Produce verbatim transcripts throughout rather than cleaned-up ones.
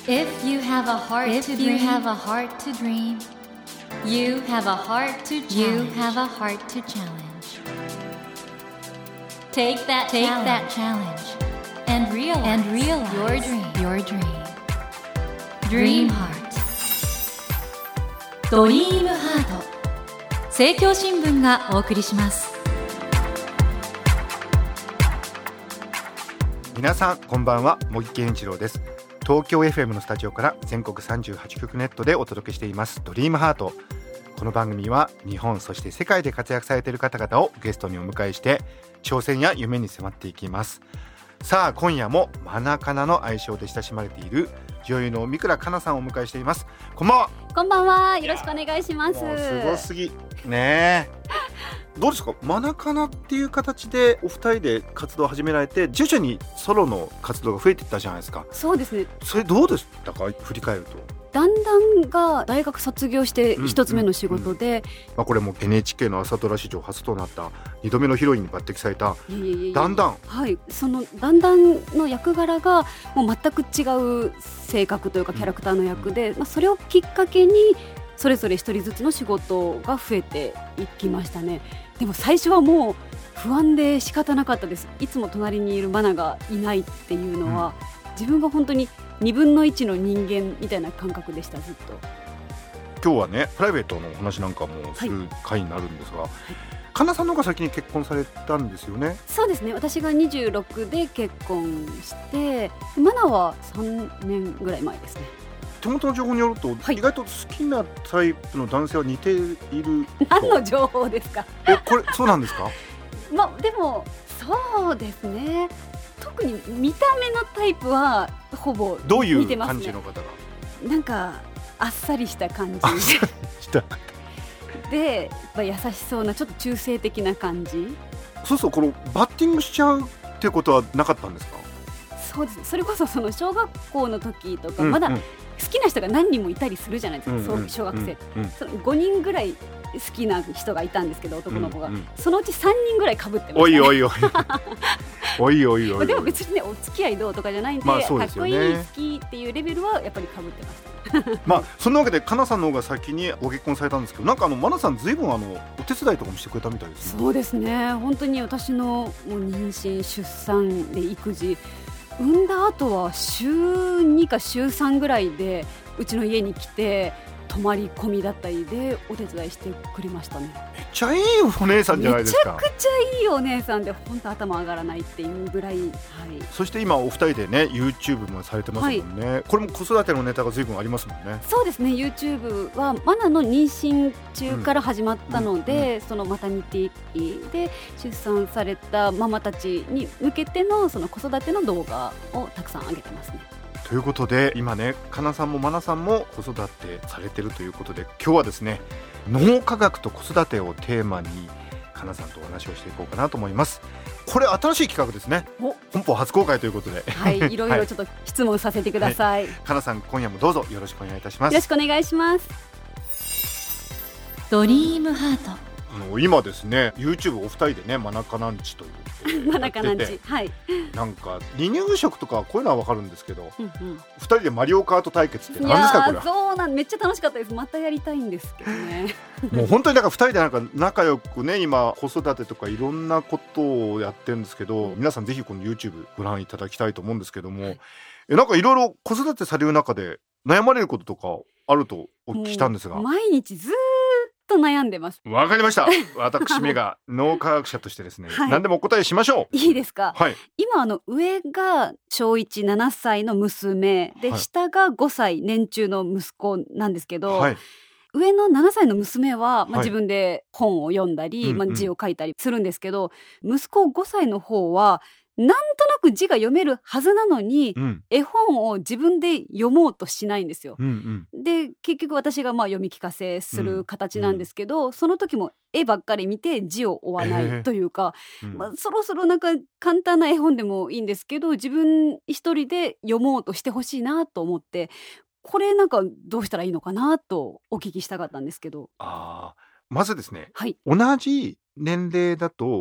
If you have a heart If to you dream, have a heart to dream, you have a heart to challenge. you have a heart to challenge. Take that Take challenge that challenge and realize, and realize your dream. your dream. Dream Dream Heart. Heart ドリームハート政教新聞がお送りします。 皆さんこんばんは、茂木健一郎です。東京 エフエム のスタジオから全国さんじゅうはちきょくネットでお届けしていますドリームハート。この番組は日本そして世界で活躍されている方々をゲストにお迎えして挑戦や夢に迫っていきます。さあ今夜もマナカナの愛称で親しまれている女優の三倉佳奈さんをお迎えしています。こんばんは。 こんばんは、よろしくお願いします。 もうすごすぎねえどうですか、マナカナっていう形でお二人で活動を始められて徐々にソロの活動が増えていったじゃないですか。 そうですね、 それどうでしたか、振り返ると。 だんだんが大学卒業して一つ目の仕事で、 まあ、これも エヌエイチケー の朝ドラ史上初となったにどめのヒロインに抜擢されたいやいやいやいやだんだん、 はい、そのだんだんの役柄がもう全く違う性格というかキャラクターの役で、まあ、それをきっかけにそれぞれ一人ずつの仕事が増えていきましたね。でも最初はもう不安で仕方なかったです。いつも隣にいるマナがいないっていうのは、うん、自分が本当ににぶんのいちの人間みたいな感覚でした、ずっと。 今日はねプライベートのお話なんかもする回になるんですが、はい、かなさんの方が先に結婚されたんですよね。 そうですね、私がにじゅうろくで結婚してマナはさんねんぐらい前ですね。 手元の情報によると、はい、意外と好きなタイプの男性は似ている何の情報ですか。 えこれそうなんですかまあでもそうですね、特に見た目のタイプはほぼ似てますね。 どういう感じの方が。 なんかあっさりした感じあっさりしたで、まあ、優しそうなちょっと中性的な感じ。 そうそう、このバッティングしちゃうってことはなかったんですか。 そうです、それこそその小学校の時とか、 うんうん、 まだ好きな人が何人もいたりするじゃないですか、うんうん、小学生、うんうん、そのごにんぐらい好きな人がいたんですけど、男の子が、うんうん、そのうちさんにんぐらい被ってました、ね、 おいおいおいおいおいおいでも別にねお付き合いどうとかじゃないんで、まあそうですよね、かっこいい好きっていうレベルはやっぱり被ってましたまあそんなわけでかなさんの方が先にご結婚されたんですけど、なんかあのマナさんずいぶんあのお手伝いとかもしてくれたみたいですね。 そうですね、本当に私のもう妊娠出産で育児産んだ後は週にか週さんぐらいでうちの家に来て泊まり込みだったりでお手伝いしてくれましたね。 めっちゃいいお姉さんじゃないですか。 めちゃくちゃいいお姉さんで本当頭上がらないっていうぐらい、はい、 そして今お二人でね YouTube もされてますもんね、はい、これも子育てのネタが随分ありますもんね。 そうですね、 YouTube はマナの妊娠中から始まったので、うんうんうん、そのマタニティで出産されたママたちに向けてのその子育ての動画をたくさん上げてますね。 ということで今ねかなさんもまなさんも子育てされてるということで、今日はですね脳科学と子育てをテーマにかなさんとお話をしていこうかなと思います。これ新しい企画ですね。本邦初公開ということで、 はい、いろいろちょっと質問させてください、はい、 かなさん今夜もどうぞよろしくお願いいたします。 よろしくお願いします。 ドリームハート。 あの今ですね YouTube お二人でねマナカナンチというマナカナンチ、はい、 なんか離乳食とかこういうのは分かるんですけど、 うんうん、 ふたりでマリオカート対決って何ですかこれは。 そうなん、めっちゃ楽しかったです。またやりたいんですけどねもう本当になんかふたりでなんか仲良くね今子育てとかいろんなことをやってるんですけど、皆さんぜひこの YouTube ご覧いただきたいと思うんですけども、はい、えなんかいろいろ子育てされる中で悩まれることとかあるとお聞きしたんですが。 毎日ずーっと悩んでます。 わかりました。私めが脳科学者としてですね、はい、何でもお答えしましょう。 いいですか、 はい、 今あの上が小いちななさいの娘で、はい、下がごさい年中の息子なんですけど、はい、上のななさいの娘は、まあ、自分で本を読んだり、はい、まあ、字を書いたりするんですけど、うんうん、息子ごさいの方はなんとなく字が読めるはずなのに、うん、絵本を自分で読もうとしないんですよ、うんうん、で結局私がまあ読み聞かせする形なんですけど、うんうん、その時も絵ばっかり見て字を追わないというか、えーうんまあ、そろそろなんか簡単な絵本でもいいんですけど自分一人で読もうとしてほしいなと思って、これなんかどうしたらいいのかなとお聞きしたかったんですけど。 あまずですね、 はい、 同じ年齢だと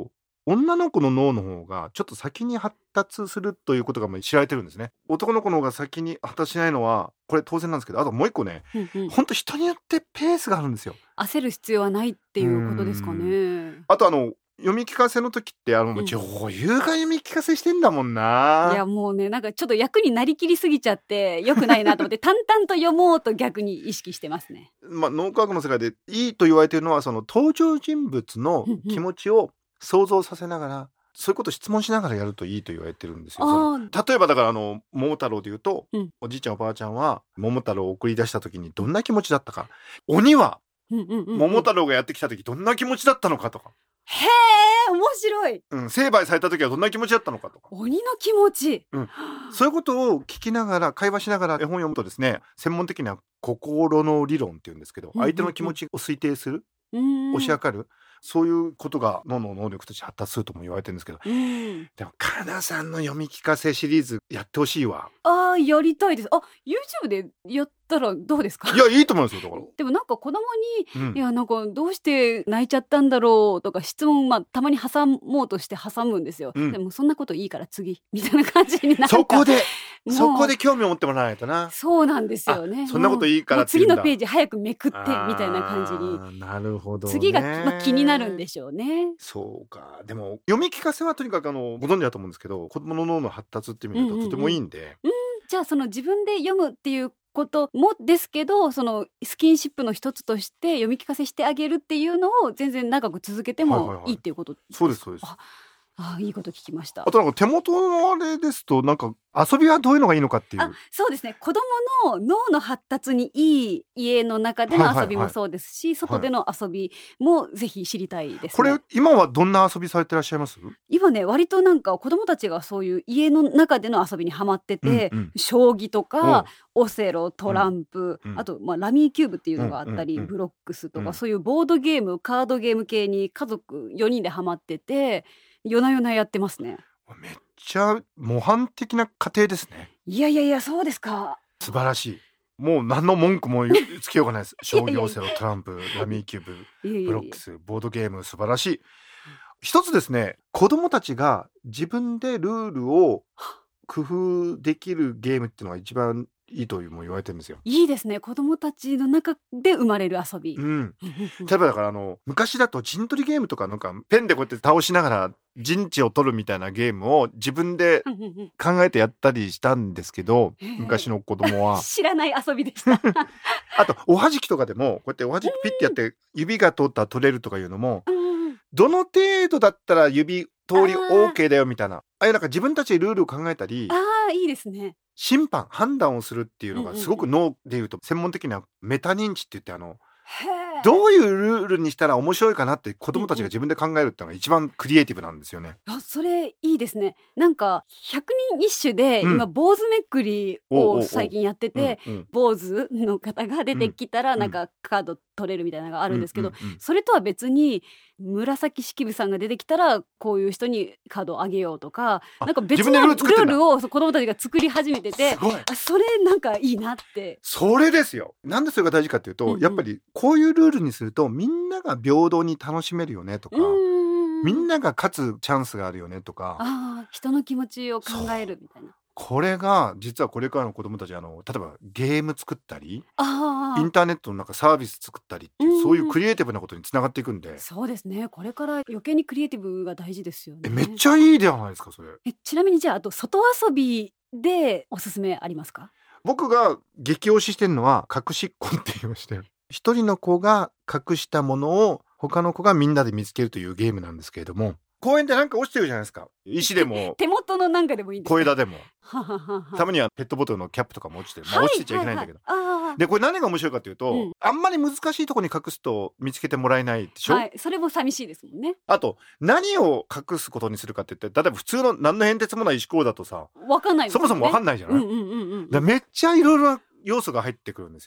女の子の脳の方がちょっと先に発達するということがもう知られてるんですね。男の子の方が先に発達しないのはこれ当然なんですけど、あともう一個ね、 うんうん、 ほんと人によってペースがあるんですよ。 焦る必要はないっていうことですかね。 あとあの読み聞かせの時ってあの、うん、女優が読み聞かせしてんだもんな。 いやもうね、なんかちょっと役になりきりすぎちゃってよくないなと思って淡々と読もうと逆に意識してますね。 まあ、脳科学の世界でいいと言われているのはその登場人物の気持ちを想像させながら、そういうことを質問しながらやるといいと言われてるんですよ。その例えばだからあの桃太郎で言うと、うん、おじいちゃんおばあちゃんは桃太郎を送り出した時にどんな気持ちだったか、鬼は桃太郎がやってきた時どんな気持ちだったのかとか、 へー面白い、 うん、成敗された時はどんな気持ちだったのかとか、 鬼の気持ち、うん、 そういうことを聞きながら会話しながら絵本読むとですね、専門的な心の理論っていうんですけど、相手の気持ちを推定する、推し量る、そういうことが脳の能力として発達するとも言われてるんですけど、うん、でもかなさんの読み聞かせシリーズやってほしいわ。 あーやりたいです。あ YouTube でやったらどうですか。 いやいいと思うんですよ。だからでもなんか子供に、うん、いやなんかどうして泣いちゃったんだろうとか質問、まあ、たまに挟もうとして挟むんですよ、うん、でもそんなこといいから次みたいな感じになる。 そこでそこで興味を持ってもらわないとな。 そうなんですよね。 そんなこといいからって次のページ早くめくってみたいな感じに。 なるほどね。 次が、まあ、気になるんでしょうね。 そうか。でも読み聞かせはとにかくあのご存知だと思うんですけど、子供の脳の発達っていう意味ではとてもいいんで、うんうんうん、 うん、じゃあその自分で読むっていうこともですけど、そのスキンシップの一つとして読み聞かせしてあげるっていうのを全然長く続けてもいいっていうことですか。 はいはいはい、そうですそうです。 ああいいこと聞きました。 あとなんか手元のあれですとなんか遊びはどういうのがいいのかっていう。 あそうですね、子どもの脳の発達にいい家の中での遊びもそうですし、はいはいはい、外での遊びもぜひ知りたいですね。 これ今はどんな遊びされてらっしゃいます？ 今ね割となんか子どもたちがそういう家の中での遊びにハマってて、うんうん、将棋とかオセロ、トランプ、うん、あと、まあ、ラミーキューブっていうのがあったり、うんうんうん、ブロックスとか、うん、そういうボードゲームカードゲーム系に家族よにんでハマってて夜な夜なやってますね。 めっちゃ模範的な家庭ですね。 いやいやいやそうですか。 素晴らしい。もう何の文句もつけようがないです将棋、オセロ、トランプ、ラミーキューブ、ブロックス、ボードゲーム素晴らしい。一つですね、子供たちが自分でルールを工夫できるゲームっていうのが一番いいとも言われてるんですよ。 いいですね、子供たちの中で生まれる遊び、うん、 例えばだからあの昔だと陣取りゲームとかなんかペンでこうやって倒しながら陣地を取るみたいなゲームを自分で考えてやったりしたんですけど、昔の子供は知らない遊びでしたあとおはじきとかでもこうやっておはじきピッてやって指が通ったら取れるとかいうのも、どの程度だったら指通り OK だよみたいな、ああいうなんか自分たちでルールを考えたり、 あいいですね、 審判判断をするっていうのがすごく脳でいうと専門的なメタ認知って言って、あのどういうルールにしたら面白いかなって子供たちが自分で考えるっていうのが一番クリエイティブなんですよね。 あそれいいですね。なんかひゃくにん一首で今坊主めくりを最近やってて、坊主の方が出てきたらなんかカード取れるみたいなのがあるんですけど、それとは別に紫式部さんが出てきたらこういう人にカードをあげようとか、なんか別のルールを子供たちが作り始めてて、あそれなんかいいなって。 それですよ。なんでそれが大事かっていうと、うんうん、やっぱりこういうルールにするとみんなが平等に楽しめるよねとか、みんなが勝つチャンスがあるよねとか、 あ人の気持ちを考えるみたいな。 これが実はこれからの子どもたちあの例えばゲーム作ったりインターネットのなんかサービス作ったりっていう、そういうクリエイティブなことにつながっていくんで。 そうですね、これから余計にクリエイティブが大事ですよね。 えめっちゃいいではないですかそれ。 えちなみにじゃああと外遊びでおすすめありますか？ 僕が激推ししてるのは隠しっ子って言いましたよ。一人の子が隠したものを他の子がみんなで見つけるというゲームなんですけれども、公園でなんか落ちてるじゃないですか。石でも手元のなんかでもいいんですか？ 小枝でもたまにはペットボトルのキャップとかも落ちてる、まあ、落ちてちゃいけないんだけど、はいはいはい、でこれ何が面白いかというと、うん、あんまり難しいところに隠すと見つけてもらえないでしょ、 はい、それも寂しいですもんね。 あと何を隠すことにするかって言って、例えば普通の何の変哲もない石ころだとさ分かんないですよね、 そもそも分かんないじゃない、うんうんうんうん、だめっちゃいろいろな要素が入ってくるんですよ。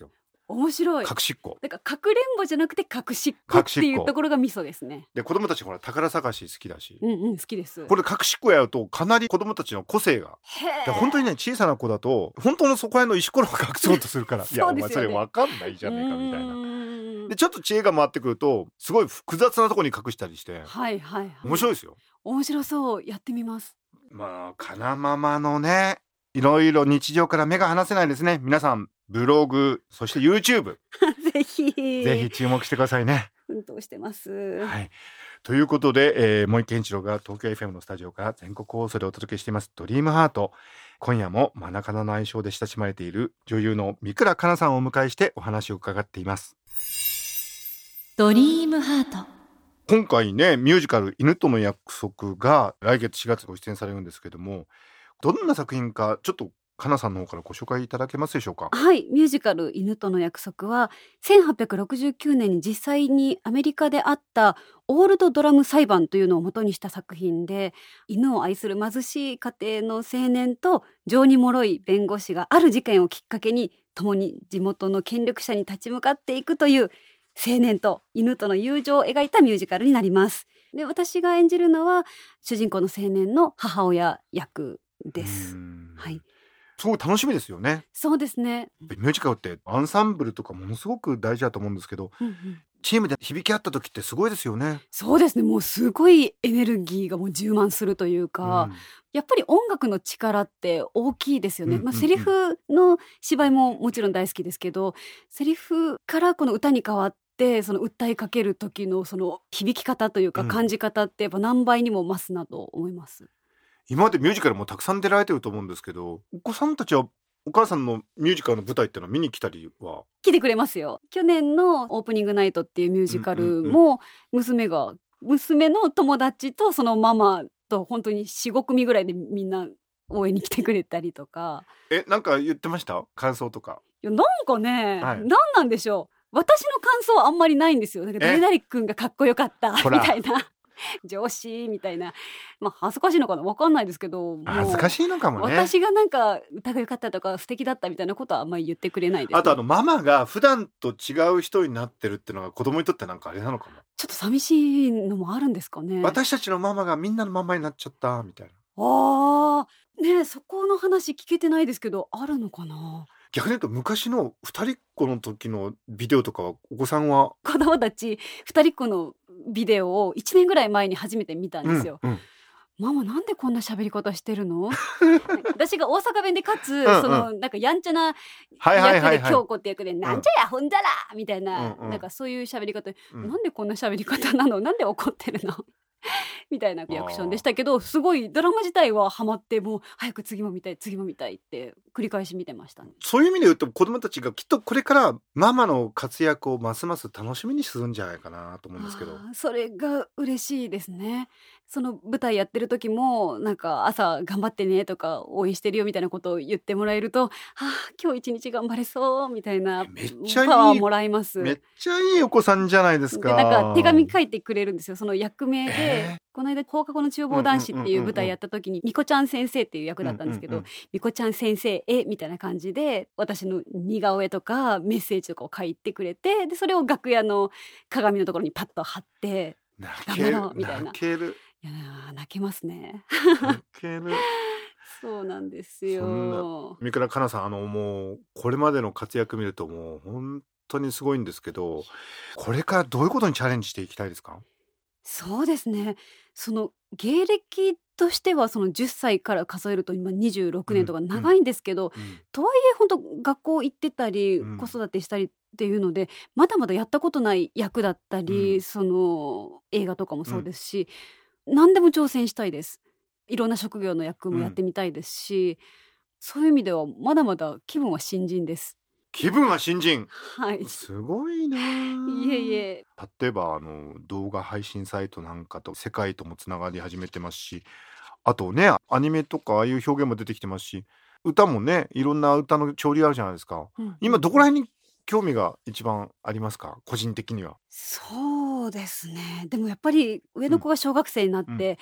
面白い。 隠しっ子だからかくれんぼじゃなくて隠しっ子っていうところがミソですね。 で子供たちほら宝探し好きだし、 うんうん好きです。 これ隠しっ子やるとかなり子供たちの個性がへ本当にね小さな子だと本当のそこら辺の石ころを隠そうとするからいやそうですよねお前それ分かんないじゃねえかみたいな。 なでちょっと知恵が回ってくるとすごい複雑なところに隠したりしてはいはい、はい、 面白いですよ。 面白そうやってみます。 まあかなママのねいろいろ日常から目が離せないですね。皆さんブログそして YouTube ぜひぜひ注目してくださいね。 奮闘してます、 はい、ということで、えー、森健一郎が東京 エフエム のスタジオから全国放送でお届けしていますドリームハート。今夜もマナカナの愛称で親しまれている女優の三倉佳奈さんをお迎えしてお話を伺っています。 ドリームハート。 今回ねミュージカル犬との約束が来月しがつご出演されるんですけども、どんな作品かちょっとかなさんの方からご紹介いただけますでしょうか。 はい、ミュージカル犬との約束はせんはっぴゃくろくじゅうきゅうねんに実際にアメリカであったオールドドラム裁判というのを元にした作品で、犬を愛する貧しい家庭の青年と情に脆い弁護士がある事件をきっかけに共に地元の権力者に立ち向かっていくという青年と犬との友情を描いたミュージカルになります。で、私が演じるのは主人公の青年の母親役です。はい、 すごい楽しみですよね。 そうですね。 ミュージカルってアンサンブルとかものすごく大事だと思うんですけど、 うんうん、 チームで響き合った時ってすごいですよね。 そうですね。もうすごいエネルギーがもう充満するというか、うん、やっぱり音楽の力って大きいですよね、うんうんうん。まあ、セリフの芝居ももちろん大好きですけど、セリフからこの歌に変わってその訴えかける時のその響き方というか感じ方ってやっぱ何倍にも増すなと思います、うん。 今までミュージカルもたくさん出られてると思うんですけど、お子さんたちはお母さんのミュージカルの舞台ってのは見に来たりは？来てくれますよ。去年のオープニングナイトっていうミュージカルも娘が娘の友達とそのママと本当に よん,ご 組ぐらいでみんな応援に来てくれたりとか。 え、なんか言ってました？感想とか。 いやなんかね、はい、なんなんでしょう、私の感想はあんまりないんですよ。なんか誰々くんがかっこよかったみたいな上司みたいな、まあ恥ずかしいのかな分かんないですけど、 恥ずかしいのかもね。 私がなんか歌が良かったとか素敵だったみたいなことはあんまり言ってくれないです、ね、 あとあのママが普段と違う人になってるっていうのが子供にとってなんかあれなのかも。 ちょっと寂しいのもあるんですかね。 私たちのママがみんなのママになっちゃったみたいな。 あーねえ、そこの話聞けてないですけどあるのかな。 逆に言うと昔の二人っ子の時のビデオとかはお子さんは？ 子供たち二人っ子のビデオをいちねんぐらい前に初めて見たんですよ、うんうん、ママなんでこんな喋り方してるの私が大阪弁でかつ、うんうん、そのなんかやんちゃな役で京子って役で、はいはいはいはい、なんじゃやほんだらみたいな、うんうん、なんかそういう喋り方、うん、なんでこんな喋り方なの、なんで怒ってるのみたいなリアクションでしたけど、すごいドラマ自体はハマって、もう早く次も見たい次も見たいって繰り返し見てましたね。 そういう意味で言うと子供たちがきっとこれからママの活躍をますます楽しみにするんじゃないかなと思うんですけど。 それが嬉しいですね。その舞台やってる時もなんか朝頑張ってねとか応援してるよみたいなことを言ってもらえると、はあ今日一日頑張れそうみたいなめっちゃいいパワーもらいます。 めっちゃいいお子さんじゃないですか。 でなんか手紙書いてくれるんですよ、その役名で、えー、この間放課後の厨房男子っていう舞台やった時にみこちゃん先生っていう役だったんですけど、みこちゃん先生へみたいな感じで私の似顔絵とかメッセージとかを書いてくれて、でそれを楽屋の鏡のところにパッと貼って泣けるみたいな。泣ける。 いや泣けますね。 泣ける。 そうなんですよ。 三倉佳奈さん、あのもうこれまでの活躍見るともう本当にすごいんですけど、これからどういうことにチャレンジしていきたいですか？ そうですね、その芸歴としてはそのじゅっさいから数えると今にじゅうろくねんとか長いんですけど、うんうん、とはいえ本当学校行ってたり、うん、子育てしたりっていうのでまだまだやったことない役だったり、うん、その映画とかもそうですし、うん、何でも挑戦したいです。いろんな職業の役もやってみたいですし、うん、そういう意味ではまだまだ気分は新人です。 気分は新人、 はい、 すごいね。 いえいえ。 例えばあの動画配信サイトなんかと世界ともつながり始めてますし、あとねアニメとかああいう表現も出てきてますし、歌もねいろんな歌の潮流あるじゃないですか、うん、今どこら辺に興味が一番ありますか、個人的には？ そうですね、でもやっぱり上の子が小学生になって、うんうんうん、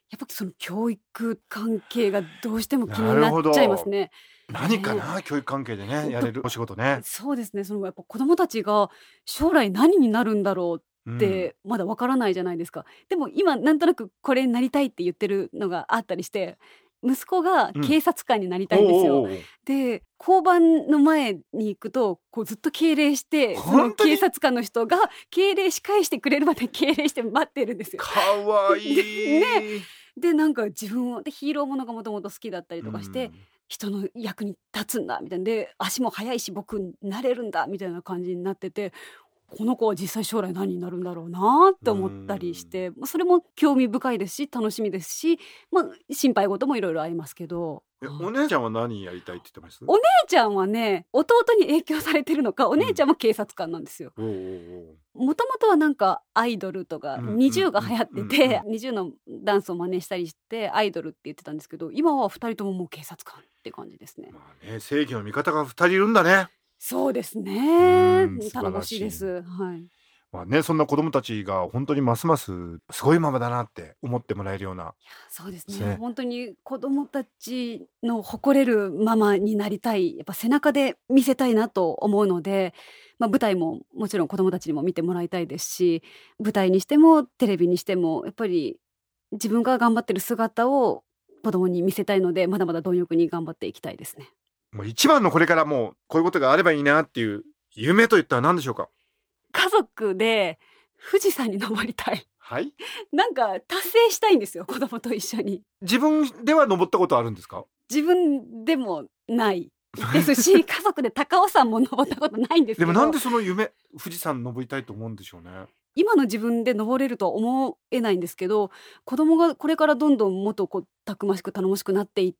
やっぱその教育関係がどうしても気になっちゃいますね。 何かな、ね、教育関係でねやれるお仕事ね。 そうですね。そのやっぱ子どもたちが将来何になるんだろうってまだわからないじゃないですか、うん、でも今なんとなくこれになりたいって言ってるのがあったりして、息子が警察官になりたいんですよ、うん、で交番の前に行くとこうずっと敬礼して、その警察官の人が敬礼し返してくれるまで敬礼して待ってるんですよ。 かわいいで、ね、でなんか自分はでヒーローものがもともと好きだったりとかして、うん、人の役に立つんだみたいなで、足も速いし僕になれるんだみたいな感じになってて、この子は実際将来何になるんだろうなって思ったりして、それも興味深いですし楽しみですし、まあ、心配事もいろいろありますけど。 お姉ちゃんは何やりたいって言ってます？ お姉ちゃんはね、弟に影響されてるのか、お姉ちゃんも警察官なんですよ。もともとはなんかアイドルとかにじゅうが流行ってて、にじゅうのダンスを真似したりしてアイドルって言ってたんですけど、今はふたりとももう警察官って感じですね。 まあね、正義の味方がふたりいるんだね。 そうですね。頼もしいです。はい。 まあね、そんな子どもたちが本当にますますすごいママだなって思ってもらえるような。いや、 そうですね。本当に子どもたちの誇れるママになりたい、やっぱ背中で見せたいなと思うので、まあ、舞台ももちろん子どもたちにも見てもらいたいですし、舞台にしてもテレビにしてもやっぱり自分が頑張ってる姿を子どもに見せたいので、まだまだ貪欲に頑張っていきたいですね。 もう一番のこれからもうこういうことがあればいいなっていう夢といったら何でしょうか？ 家族で富士山に登りたい。 はい。 なんか達成したいんですよ、子供と一緒に。 自分では登ったことあるんですか？ 自分でもないですし家族で高尾山も登ったことないんですけど。 でもなんでその夢富士山登りたいと思うんでしょうね。 今の自分で登れるとは思えないんですけど、子供がこれからどんどんもっとこうたくましく頼もしくなっていって、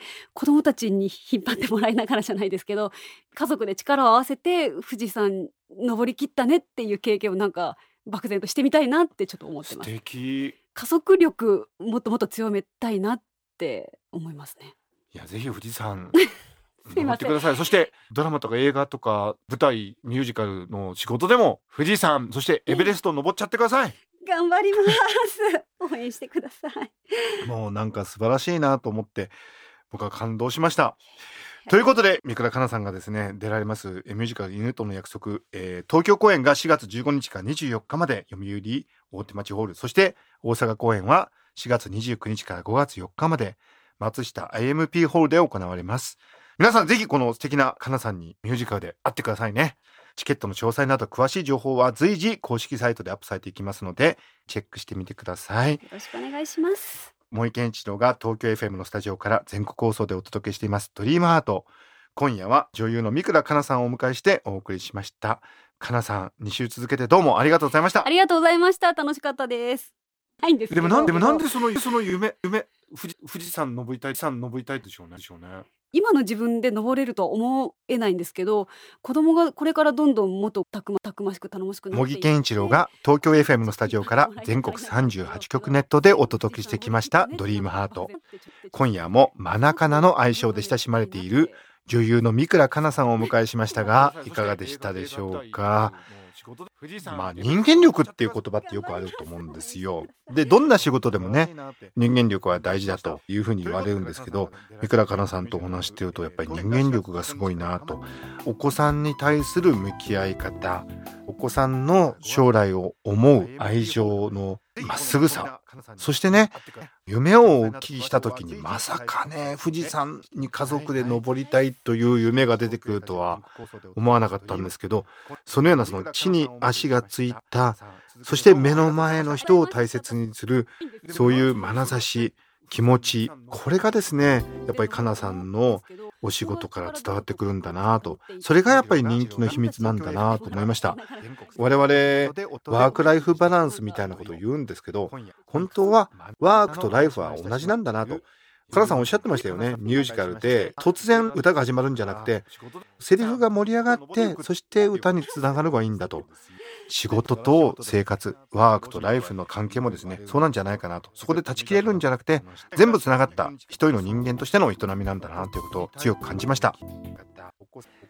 子供たちに引っ張ってもらいながらじゃないですけど、家族で力を合わせて富士山登り切ったねっていう経験をなんか漠然としてみたいなってちょっと思ってます。 素敵。 加速力もっともっと強めたいなって思いますね。 いや、ぜひ富士山登ってください。そしてドラマとか映画とか舞台ミュージカルの仕事でも富士山、そしてエベレスト登っちゃってください。 頑張ります応援してください。 もうなんか素晴らしいなと思って僕は感動しました。ということで三倉佳奈さんがですね出られますミュージカル犬との約束、えー、東京公演がしがつじゅうごにちからにじゅうよっかまで読売大手町ホール、そして大阪公演はしがつにじゅうくにちからごがつよっかまで松下 アイエムピー ホールで行われます。皆さんぜひこの素敵な佳奈さんにミュージカルで会ってくださいね。チケットの詳細など詳しい情報は随時公式サイトでアップされていきますのでチェックしてみてください。よろしくお願いします。 森健一郎が東京 エフエム のスタジオから全国放送でお届けしていますドリームハート。今夜は女優の三倉佳奈さんをお迎えしてお送りしました。佳奈さんに週続けてどうもありがとうございました。 ありがとうございました。楽しかったです。ないんですけど。 でもなんでもなんでそのその夢夢富士富士山登りたい山登りたいでしょうね。でしょうね。 今の自分で登れるとは思えないんですけど、子供がこれからどんどんもっとたくまたくましく頼もしくなっていって、 茂木健一郎が東京 エフエム のスタジオから全国さんじゅうはちきょくネットでお届けしてきましたドリームハート。今夜もマナカナの愛称で親しまれている女優の三倉佳奈さんをお迎えしましたがいかがでしたでしょうか。まあ人間力っていう言葉ってよくあると思うんですよ。でどんな仕事でもね人間力は大事だというふうに言われるんですけど、三倉佳奈さんとお話してるとやっぱり人間力がすごいなと。お子さんに対する向き合い方、お子さんの将来を思う愛情のまっすぐさ、そしてね夢をお聞きした時にまさかね富士山に家族で登りたいという夢が出てくるとは思わなかったんですけど、そのようなその地に足がついた、そして目の前の人を大切にするそういう眼差し気持ち、これがですねやっぱり佳奈さんのお仕事から伝わってくるんだなと、それがやっぱり人気の秘密なんだなと思いました。我々ワークライフバランスみたいなことを言うんですけど、本当はワークとライフは同じなんだなと佳奈さんおっしゃってましたよね。ミュージカルで突然歌が始まるんじゃなくてセリフが盛り上がってそして歌につながるのがいいんだと。仕事と生活、ワークとライフの関係もですねそうなんじゃないかなと。そこで断ち切れるんじゃなくて全部つながった一人の人間としての営みなんだなということを強く感じました。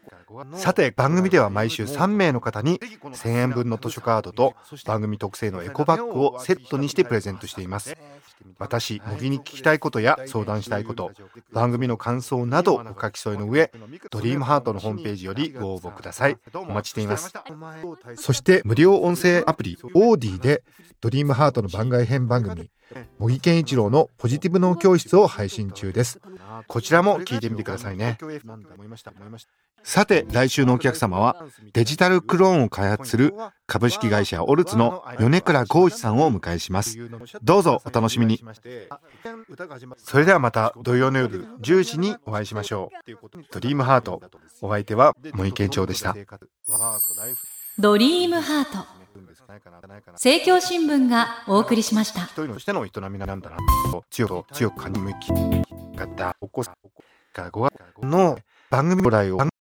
さて番組では毎週さんめいの方にせんえんぶんの図書カードと番組特製のエコバッグをセットにしてプレゼントしています。私茂木に聞きたいことや相談したいこと、番組の感想などお書き添えの上、ドリームハートのホームページよりご応募ください。お待ちしています。そして無料音声アプリオーディでドリームハートの番外編番組茂木健一郎のポジティブ脳教室を配信中です。こちらも聞いてみてくださいね。さて来週のお客様はデジタルクローンを開発する株式会社オルツの米倉豪志さんをお迎えします。どうぞお楽しみに。それではまた土曜の夜じゅうじにお会いしましょう。ドリームハート、お相手は茂木健一郎でした。 ドリームハート、政教新聞がお送りしました。 一人のしての営みなんだなと強く強く感じ向き方お子さんからごの番組の来を